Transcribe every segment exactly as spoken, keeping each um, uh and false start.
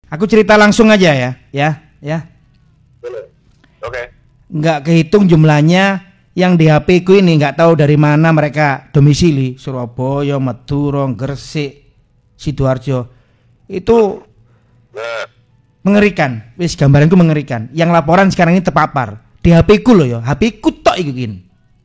Aku cerita langsung aja ya, ya, ya. Boleh. Oke. Okay. Nggak kehitung jumlahnya yang di H P ku ini, nggak tahu dari mana mereka domisili, Surabaya, Madura, Gresik, Sidoarjo. Itu Nah. mengerikan. Wis gambaranku mengerikan. Yang laporan sekarang ini terpapar di H P ku loh ya, H P ku tok iku gini.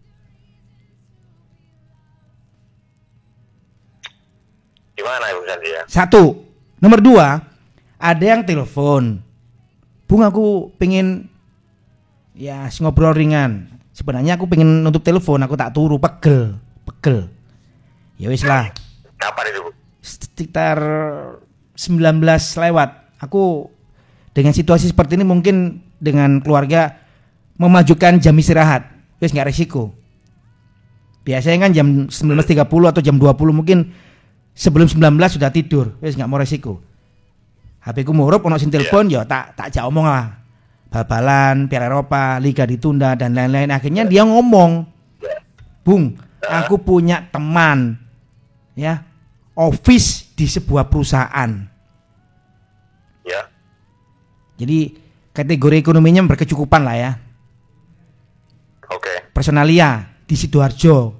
Gimana Ibu Santi ya? Satu, nomor dua, ada yang telepon. Bung, aku pengen ya ngobrol ringan. Sebenarnya aku pengen nutup telepon, aku tak turu, pegel, pegel. Ya wis lah. Kapan itu, Bu? Sekitar sembilan belas lewat. Aku dengan situasi seperti ini mungkin dengan keluarga memajukan jam istirahat. Wis nggak resiko. Biasanya kan jam sembilan belas tiga puluh atau jam dua puluh, mungkin sebelum sembilan belas sudah tidur. Wis nggak mau resiko. H P ku murup, ono sing telepon, yeah. ya tak tak jak omong lah. Bal-balan, Piala Eropa, Liga ditunda dan lain-lain. Akhirnya dia ngomong, Bung, aku punya teman, ya, office di sebuah perusahaan. Ya. Jadi kategori ekonominya berkecukupan lah ya. Oke. Okay. Personalia di Sidoarjo.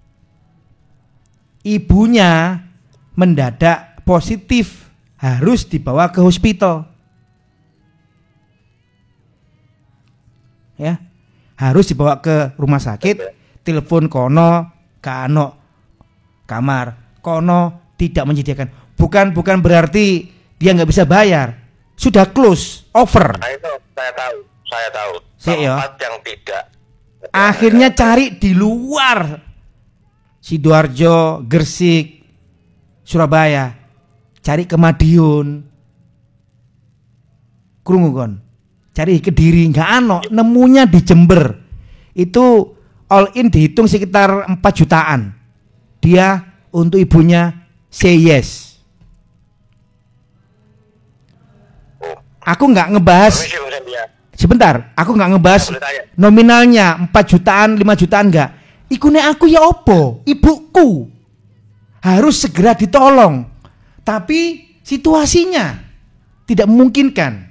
Ibunya mendadak positif, harus dibawa ke hospital. Ya, harus dibawa ke rumah sakit. Telepon kono, kano kamar, kono tidak menyediakan. Bukan bukan berarti dia nggak bisa bayar. Sudah close, over. Nah, itu saya tahu, saya tahu. Si, tempat yang tidak. Akhirnya cari di luar Sidoarjo, Gresik, Surabaya, cari ke Madiun, krungu kon, cari Kediri, nggak ano, nemunya di Jember. Itu all in dihitung sekitar empat jutaan. Dia untuk ibunya say yes. Aku nggak ngebahas. Sebentar, aku nggak ngebahas nominalnya empat jutaan, lima jutaan nggak. Ikune aku ya opo, ibuku harus segera ditolong. Tapi situasinya tidak memungkinkan.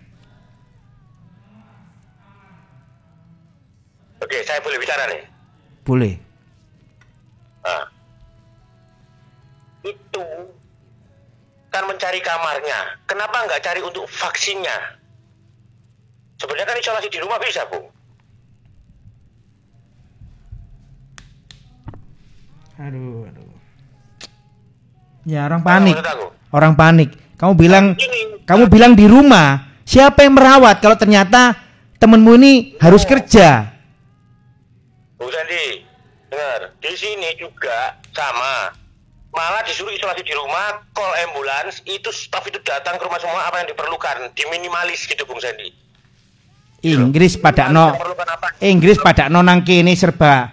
Oke, saya boleh bicara nih? Boleh. Nah, itu kan mencari kamarnya. Kenapa nggak cari untuk vaksinnya? Sebenarnya kan isolasi di rumah bisa, Bu. Aduh, aduh. Ya orang panik. Nah, orang panik. Kamu bilang, ini, kamu bilang di rumah. Siapa yang merawat kalau ternyata temenmu ini harus oh. kerja? Bu Sandy, dengar. Di sini juga sama. Malah disuruh isolasi di rumah, call ambulans, itu staf itu datang ke rumah semua apa yang diperlukan, diminimalis gitu, Bung Sandy. Inggris pada no, Inggris pada no nang kene serba.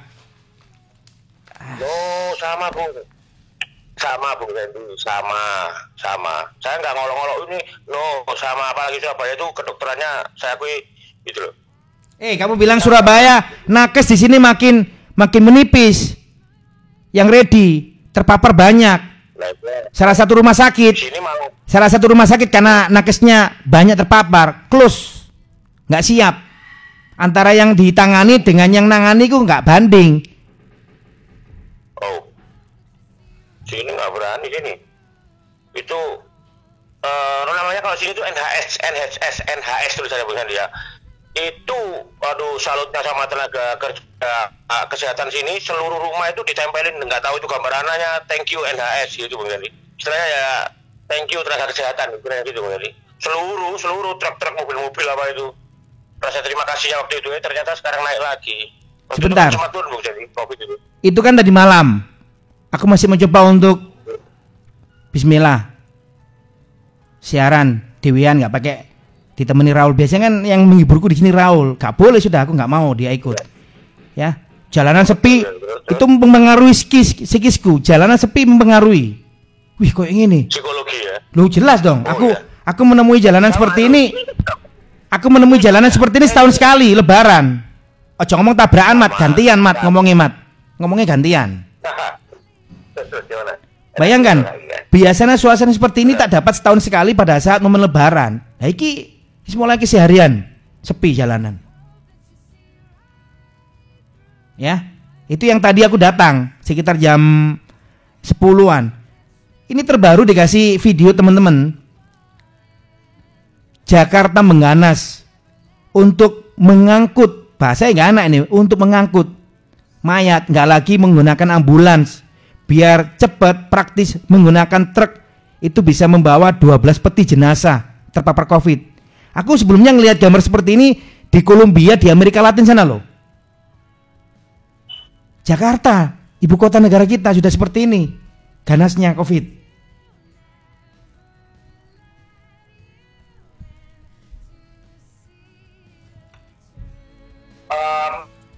Oh, sama Bu, sama Bung Sandy, sama, sama. Saya nggak ngolok-ngolok ini, no, sama apalagi Surabaya itu kedokterannya saya akui gitu loh. Eh, kamu bilang Surabaya, nakes di sini makin makin menipis. Yang ready terpapar banyak. Salah satu rumah sakit, salah satu rumah sakit karena nakesnya banyak terpapar, close. Nggak siap. Antara yang ditangani dengan yang nangani ku nggak banding. Oh, sini nggak berani sini. Itu uh, namanya kalau sini tuh N H S, N H S, N H S tulisannya bukan dia. Itu, aduh, salutnya sama tenaga kerja uh, kesehatan sini, seluruh rumah itu ditempelin, nggak tahu itu gambar anaknya, thank you N H S gitu Bung Jadi. Istilahnya ya thank you tenaga kesehatan, gitu Bung Jadi. Seluruh, seluruh truk-truk mobil-mobil apa itu. Rasa terima kasihnya waktu itu, ya, ternyata sekarang naik lagi. Waktu Sebentar. Itu turun, Bung Jadi, COVID itu. Itu kan tadi malam. Aku masih mencoba untuk Bismillah siaran dewean, nggak pakai ditemani Raul. Biasanya kan yang menghiburku di sini Raul. Gak boleh, sudah aku nggak mau dia ikut. Ya, jalanan sepi itu mempengaruhi psikis, psikisku. Jalanan sepi mempengaruhi. Wih, kok yang ini? Psikologi ya. Lu jelas dong. Oh, aku ya. aku menemui jalanan Sama seperti itu. ini. Aku menemui jalanan seperti ini setahun sekali Lebaran. Ojo ngomong tabrakan, Mat, gantian, Mat, ngomongnya, Mat. Ngomongnya gantian. Bayangkan, Biasanya suasana seperti ini tak dapat setahun sekali pada saat momen lebaran. Nah iki mulai keseharian sepi jalanan. Ya, itu yang tadi aku datang sekitar jam sepuluhan. Ini terbaru dikasih video teman-teman. Jakarta mengganas untuk mengangkut, bahasa nggak enak ini, untuk mengangkut mayat, nggak lagi menggunakan ambulans. Biar cepat, praktis menggunakan truk itu bisa membawa dua belas peti jenazah terpapar COVID. Aku sebelumnya ngelihat gambar seperti ini di Kolombia, di Amerika Latin sana loh. Jakarta, ibu kota negara kita sudah seperti ini, ganasnya COVID. Um,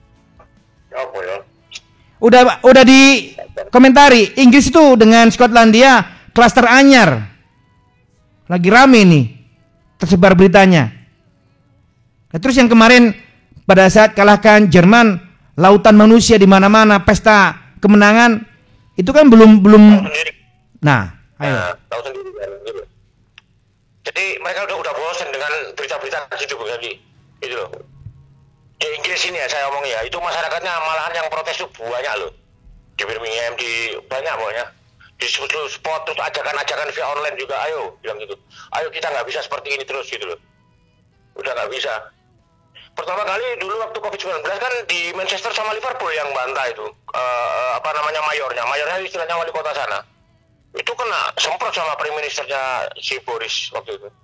apa ya? Udah udah di komentari Inggris itu dengan Skotlandia klaster anyar. Lagi rame nih tersebar beritanya. Nah, terus yang kemarin pada saat kalahkan Jerman, lautan manusia di mana-mana, pesta kemenangan itu kan belum belum. Nah, ayo. Nah, tahu sendiri kan, gitu. Jadi mereka udah udah bosan dengan berita-berita gitu bukan di itu loh. Di Inggris ini ya saya omong ya, itu masyarakatnya malahan yang protes tuh banyak loh. Di Birmingham, di banyak pokoknya. Di seluruh spot terus ajakan-ajakan via online juga, ayo bilang gitu. Ayo kita nggak bisa seperti ini terus gitu loh. Udah nggak bisa. Pertama kali dulu waktu covid sembilan belas kan di Manchester sama Liverpool yang bantah itu. Uh, apa namanya mayornya, mayornya istilahnya wali kota sana. Itu kena semprot sama prime ministernya si Boris waktu itu.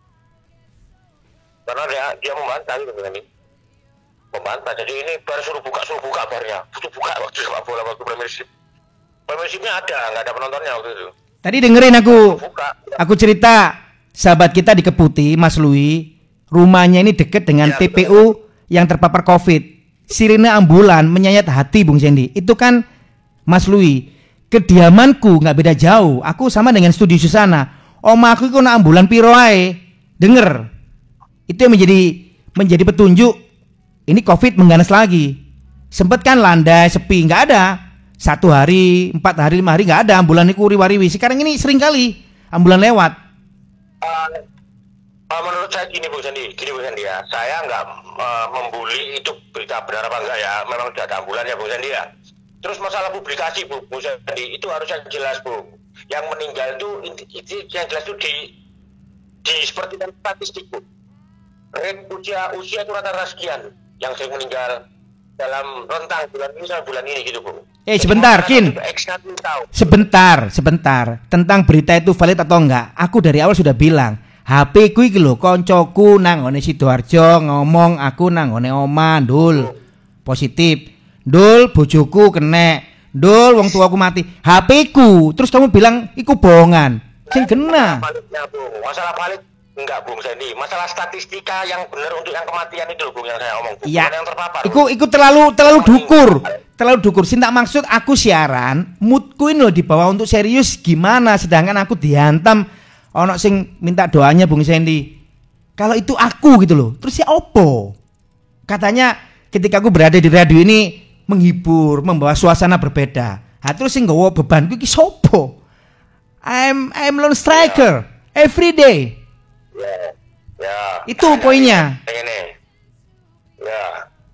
Karena dia dia membantah gitu kan ini. Membantah, jadi ini baru suruh buka suruh buka barnya, butuh buka waktu sepak bola waktu Premiership. Premiershipnya ada, nggak ada penontonnya waktu itu. Tadi dengerin aku, aku cerita sahabat kita di Keputi, Mas Lui, rumahnya ini deket dengan ya, T P U betul. Yang terpapar COVID. Sirine ambulan menyayat hati, Bung Sandy. Itu kan Mas Lui, kediamanku nggak beda jauh. Aku sama dengan studi Susana. Oma aku itu nak ambulan piro ae. Denger, itu yang menjadi menjadi petunjuk. Ini COVID mengganas lagi. Sempet kan landai, sepi, nggak ada. Satu hari, empat hari, lima hari nggak ada. Ambulan ini wari-wariwi. Sekarang ini sering kali ambulan lewat. Uh, uh, menurut saya gini Bu Sandi, gini Bu Sandi ya. Saya nggak uh, membuli itu berita benar apa enggak ya. Memang tidak ada ambulan ya Bu Sandi ya. Terus masalah publikasi Bu, Bu Sandi itu harus yang jelas Bu. Yang meninggal itu, itu yang jelas itu di di seperti dan statistik Bu. Rate usia usia itu rata-rata sekian yang sering meninggal dalam rentang bulan ini sampai bulan ini gitu Bu. Eh sebentar Kin, sebentar, sebentar. Tentang berita itu valid atau enggak, aku dari awal sudah bilang H P ku iki lho, koncoku nang ngone Sidoarjo ngomong aku nang ngone oma Dul positif, Dul bojoku kena, Dul wong tuaku mati, H P ku. Terus kamu bilang iku bohongan, sing kena. Masalah valid enggak Bung Sandy, masalah statistika yang benar untuk yang kematian itu loh Bung yang saya omong. Iya. Yang terpapar. Iku iku terlalu terlalu dukur. Terlalu dukur. Sing tak maksud aku siaran, moodku ini loh dibawa untuk serius gimana, sedangkan aku dihantam ono sing minta doanya Bung Sandy. Kalau itu aku gitu loh. Terus ya opo? Katanya ketika aku berada di radio ini menghibur, membawa suasana berbeda. Nah, terus sing nggawa bebanku iki sopo? I'm I'm lone striker ya. Every day. Ya, ya. Itu nah, poinnya. Ini, ya.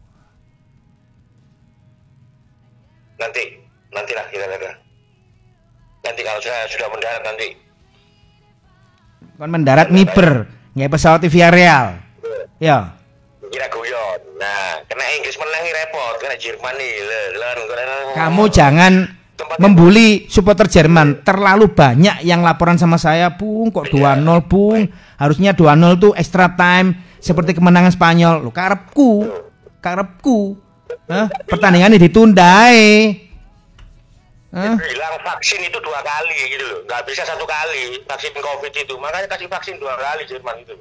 Nanti, nantilah kita lihat. Nanti kalau saya sudah mendarat nanti. Kan mendarat miber, nggak pesawat via real. Ya. Kira guyon. Nah, kena Inggris menangi repot, kena Jerman nih. Kamu jangan membuli supporter Jerman. Terlalu banyak yang laporan sama saya, Bung, kok dua nol Bung. Harusnya dua nol tuh extra time seperti kemenangan Spanyol. Loh, karepku. Karepku. Hah? Pertandingannya ditunda eh. Bilang vaksin itu dua kali gitu loh. Nggak bisa satu kali vaksin Covid itu. Makanya kasih vaksin dua kali Jerman itu.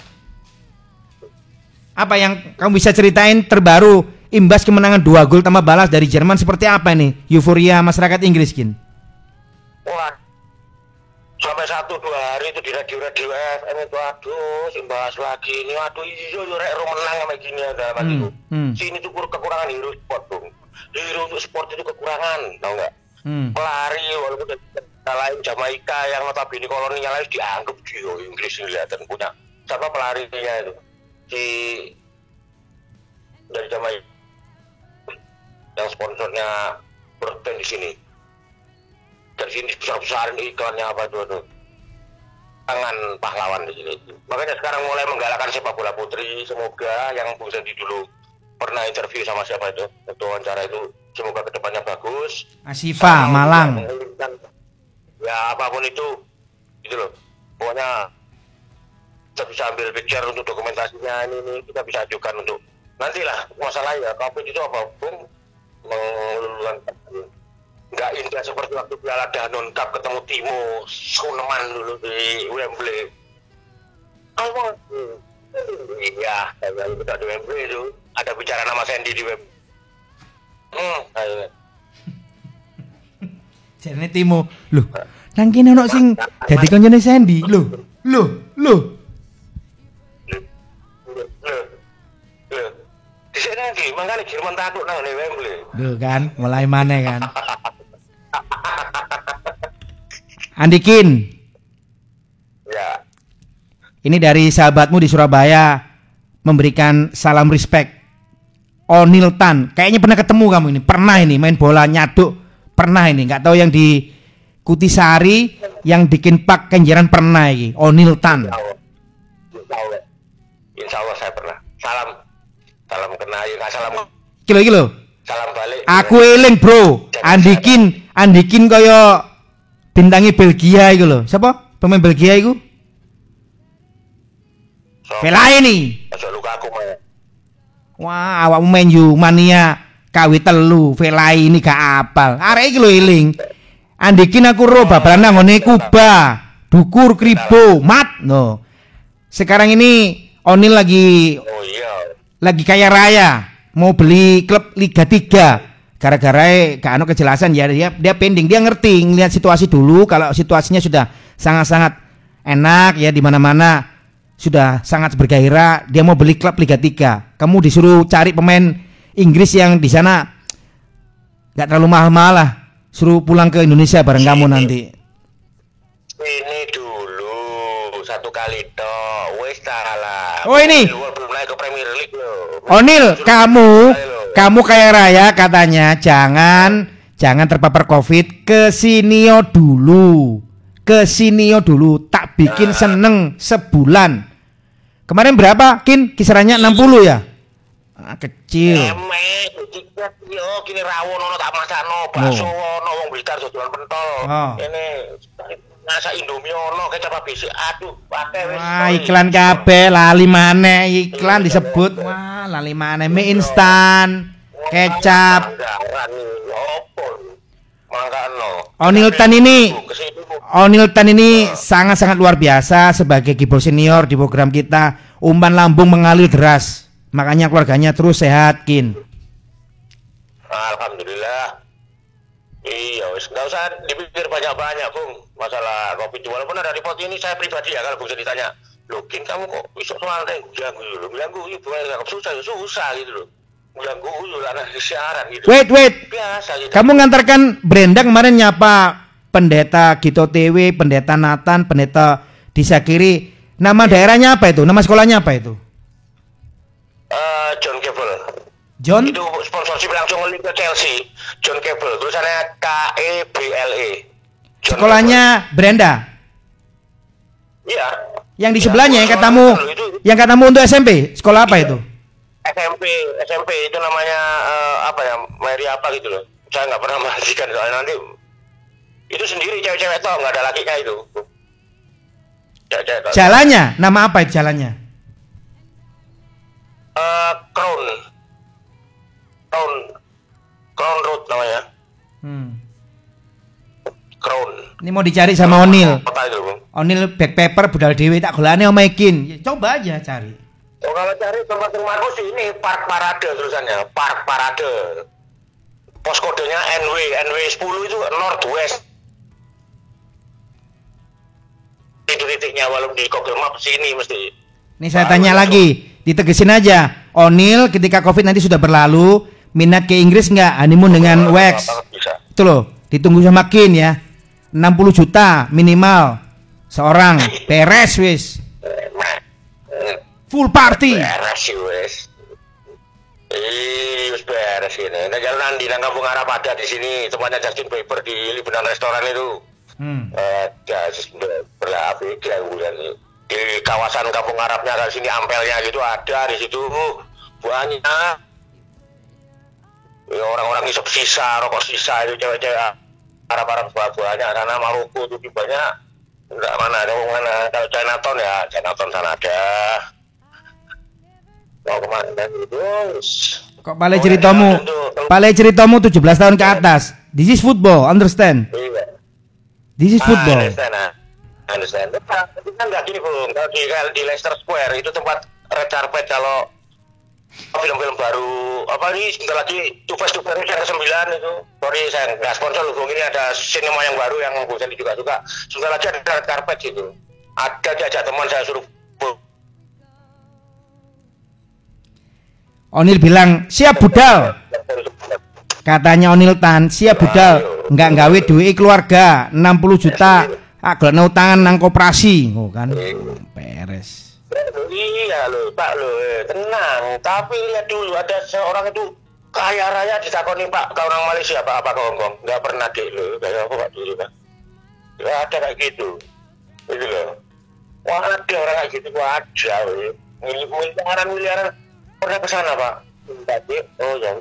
Apa yang kamu bisa ceritain terbaru imbas kemenangan dua gol tanpa balas dari Jerman seperti apa nih? Euforia masyarakat Inggris, Kin? Wah, sampai satu dua hari itu di radio-radio F M itu aduh, simbahas lagi ini, aduh iyo yo rek menang sama gini ada mati hmm, hmm. Sini tuh kekurangan hero sport Bung. Hero untuk sport itu kekurangan, tau nggak? Hmm. Pelari walaupun Lain Jamaika yang notabene kolonial harus dianggap di Inggris kelihatan punya siapa pelarinya itu si dari Jamaika yang sponsornya berten di sini dari sini besar-besarin iklannya apa itu tuh tangan pahlawan di sini. Makanya sekarang mulai menggalakkan sepak bola putri, semoga yang Bu Sandy dulu pernah interview sama siapa itu waktu wawancara itu, semoga kedepannya bagus. Asifa Malang. Ya apapun itu, gitu loh. Pokoknya kita bisa ambil picture untuk dokumentasinya ini, ini kita bisa ajukan untuk nantilah masalah ya COVID itu apapun mengelulukan nggak indah seperti waktu Piala Danone Cup ketemu Timo Suneman dulu di Wembley. Kalau iya, kalau kita di Wembley itu ada bicara nama Sandy di Wembley. Hmm, ayo. Jarene Timo, lho, nang kene ono sing dadi kancane Sandy, lho, lho, lho. Lho. Di sini lagi, makanya Jerman takut nang Wembley. Lho kan, mulai maneh kan. Andikin. Ya. Ini dari sahabatmu di Surabaya memberikan salam respect. O'Neil Tan, kayaknya pernah ketemu kamu ini, pernah ini main bola nyaduk, pernah ini, nggak tahu yang di Kutisari, yang di Kinpak Kenjeran pernah ini, O'Neil Tan. Insya Allah. Insya Allah. Insya Allah saya pernah. Salam, salam kenal, ya salam. Kilo kilo. Salam balik. Aku eling bro, Andikin, Andikin koyo bintangi Belgia itu loh. Siapa pemain Belgia itu? Fellaini nih. Masuk luka aku mah. Wah, awakmu main yu mania kawi telu, Fellaini gak apal. Arek iki lho eling. Andikin aku ro babalan nang ngene Kuba, Dukur Kribo, Mat. No. Sekarang ini O'Neil lagi Oh iya. lagi kaya raya, mau beli klub Liga tiga. Gara-gara gak ada kejelasan ya, dia dia pending, dia ngerti ngelihat situasi dulu. Kalau situasinya sudah sangat-sangat enak ya, di mana-mana sudah sangat bergairah, dia mau beli klub Liga tiga. Kamu disuruh cari pemain Inggris yang di sana nggak terlalu mahal-mahal lah, suruh pulang ke Indonesia bareng kamu nanti. Ini dulu satu kali toh, wes salah. Oh ini, belum naik ke Premier League loh. O'Neil, kamu kamu kaya raya katanya, jangan jangan terpapar COVID, ke sinio dulu, ke sinio dulu, tak bikin seneng sebulan. Kemarin berapa, Kin? Kisarannya enam puluh ya? Ah, kecil. Emek, tiket yo kini rawon ono tak masakno, bakso ono wong Blitar dodolan pentol. Oh. Ini masak Indomie ono kecap habis. Aduh, pakai wis. Wah, iklan kabeh lali maneh, iklan disebut. Wah, lali maneh mie instan, kecap. O'Neil Tan ini O'Neil Tan ini sangat-sangat luar biasa sebagai gibol senior di program kita. Umpan lambung mengalir deras, makanya keluarganya terus sehat, Kin. Alhamdulillah. Iya, wis nggak usah dipikir banyak-banyak, Bung. Masalah COVID, walaupun ada report ini saya pribadi ya, kalau Bung ditanya, loh, Kin kamu kok besok soal teh ganggu dulu, ganggu ibu nggak susah, susah gitu loh. Ganggu dulu anak siaran gitu. Wait, wait. Biasa gitu. Kamu ngantarkan Brenda kemarin nyapa pendeta Gito T W, pendeta Nathan, pendeta Disa Kiri. Nama daerahnya apa itu? Nama sekolahnya apa itu? Uh, John Cable. John? Itu sponsorship langsung ke Chelsea. John Cable. Tulisannya K E B L E. John Sekolahnya Cable. Brenda. Iya. Yang di ya, sebelahnya yang katamu, itu, yang katamu untuk S M P. Sekolah apa itu? S M P, S M P itu namanya uh, apa ya? Mary apa gitu loh. Saya nggak pernah merhatikan soalnya nanti itu sendiri cewek-cewek toh, nggak ada lakinya itu. Cewek-cewek. Jalannya, nama apa itu jalannya? Uh, Crown, Crown, Crown Road namanya. Hmm. Crown. Ini mau dicari sama O'Neil. Kota itu, Bung. O'Neil backpaper budal dewe tak golane omekin. Ya, coba aja cari. Oh, kalau cari tempat Markus ini Park Parade tulisannya, Park Parade. Pos kodenya N W, N W sepuluh itu Northwest. Itu titiknya walaupun di Google Maps sini mesti. Ini saya tanya lagi, ditegesin aja. O'Neil ketika COVID nanti sudah berlalu, minat ke Inggris nggak? Honeymoon dengan Wax. Itu loh, ditunggu sama Kin ya. enam puluh juta minimal seorang, beres wis. Full party. Beres sih wis. Ih, wis beres ini. Nah, jalan di Kampung Arab ada di sini, tempatnya Justin Bieber di Libanon restoran itu. Hmm. Ada berapa bulan di kawasan Kampung Arabnya dari sini Ampelnya gitu ada di situ banyak. Ya, orang-orang isep sisa, rokok sisa itu cewek-cewek Arab-Arab banyak sana Maroko itu banyak. Enggak mana ada mana kalau Chinatown ya Chinatown sana ada. Mau kemana itu? Kok pale ceritamu? Pale ceritamu tujuh belas tahun ke atas. This is football, understand? Iya. This is football. Ah, understand, ah. understand. Tapi kan nggak gini bung. Kalau di, di Leicester Square itu tempat red carpet kalau film-film baru apa nih sebentar lagi Two Fast Two Furious yang kesembilan itu. Sorry saya nggak sponsor loh bung. Ini ada sinema yang baru yang bung Sandy juga suka. Sebentar lagi ada red carpet gitu. Ada diajak teman saya suruh. Onil bilang siap budal. Katanya Onil Tan siap budal. Nggak nggawe duit keluarga enam puluh juta. Agak nau tangan nang koperasi. Oh kan. Peres. Iya loh, Pak loh, eh, tenang. Tapi lihat dulu ada seorang itu kaya raya ditakoni Pak, kau orang Malaysia Pak apa ke Hongkong? Nggak pernah dek loh, kayak apa Pak dulu Pak? Nggak ada kayak gitu, gitu loh. Wah ada orang kayak gitu, wah ada. Miliaran miliaran pernah ke sana Pak? Tadi, oh ya.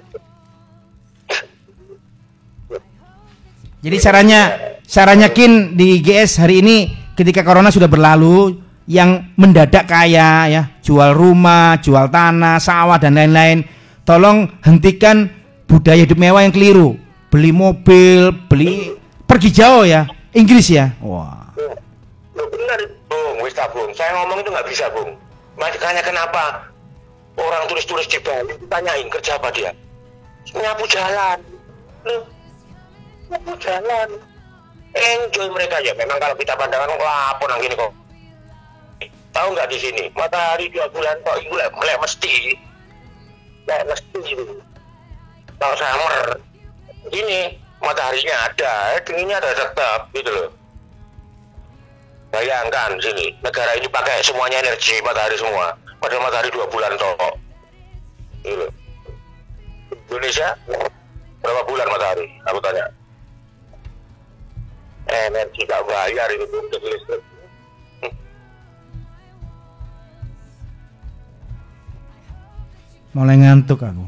Jadi caranya, caranya Kin di G S hari ini ketika corona sudah berlalu. Yang mendadak kaya ya, jual rumah, jual tanah, sawah dan lain-lain. Tolong hentikan budaya hidup mewah yang keliru. Beli mobil, beli pergi jauh ya, Inggris ya. Wah. Loh, benar Bung, wis Bung. Saya ngomong itu nggak bisa Bung. Makanya kenapa orang turis-turis di Bali tanyain kerja apa dia? Nyapu jalan. Loh, nyapu jalan. Enjoy mereka ya. Memang kalau kita pandangan lapor nang gini kok. Tahu nggak di sini matahari dua bulan kok itu mulai mesti mulai mesti itu kalau summer ini mataharinya ada dinginnya ada tetap gitu loh. Bayangkan sini negara ini pakai semuanya energi matahari semua padahal matahari dua bulan toh gitu. Indonesia berapa bulan matahari aku tanya energi tak bayar itu untuk listrik. Mulai ngantuk aku.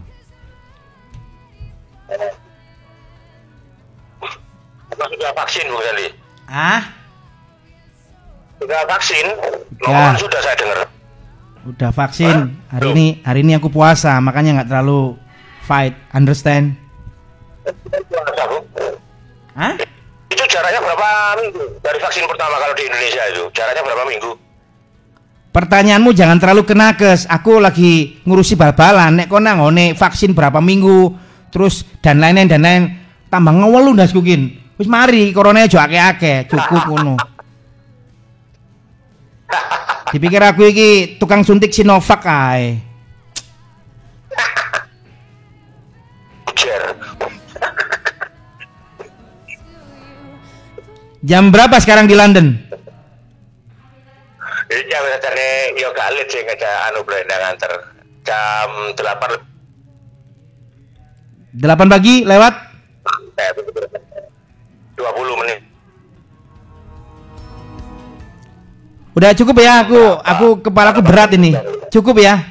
Apa sudah vaksin Bu Sandy? Ah? Sudah vaksin? Ya. Oh, sudah saya dengar. Udah vaksin. Hah? Hari Loh. ini hari ini aku puasa, makanya nggak terlalu fight. Understand? Puasa Bu? Hah? Itu jaraknya berapa minggu dari vaksin pertama kalau di Indonesia itu? Jaraknya berapa minggu? Pertanyaanmu jangan terlalu kenakes. Aku lagi ngurusi bal-balan. Nek kono ngone vaksin berapa minggu, terus dan lain-lain dan lain. Tambah ngewel lu ndas kukin. Wis mari corona aja akeh-akeh, cukup ngono. Dipikir aku iki tukang suntik Sinovac ae. Jam berapa sekarang di London? Iya, biasanya yo galit sih ngejak anu Brenda nganter jam delapan delapan pagi lewat eh dua puluh menit. Udah cukup ya, aku aku kepalaku berat ini. Cukup ya.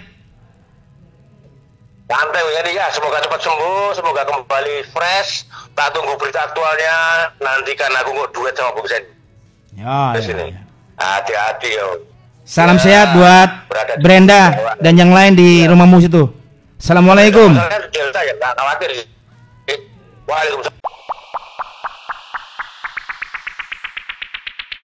Santai jadi ya, semoga cepat sembuh, semoga kembali fresh. Tak tunggu berita aktualnya, nantikan aku nggak duet sama Bung Sen. Ya, Di ya, sini. ya. Hati-hati yo. Salam Ya, sehat buat berada di Brenda Jawa. dan yang lain di rumahmu situ. Assalamualaikum. Delta ya, nggak khawatir sih. Eh, Waalaikumsalam.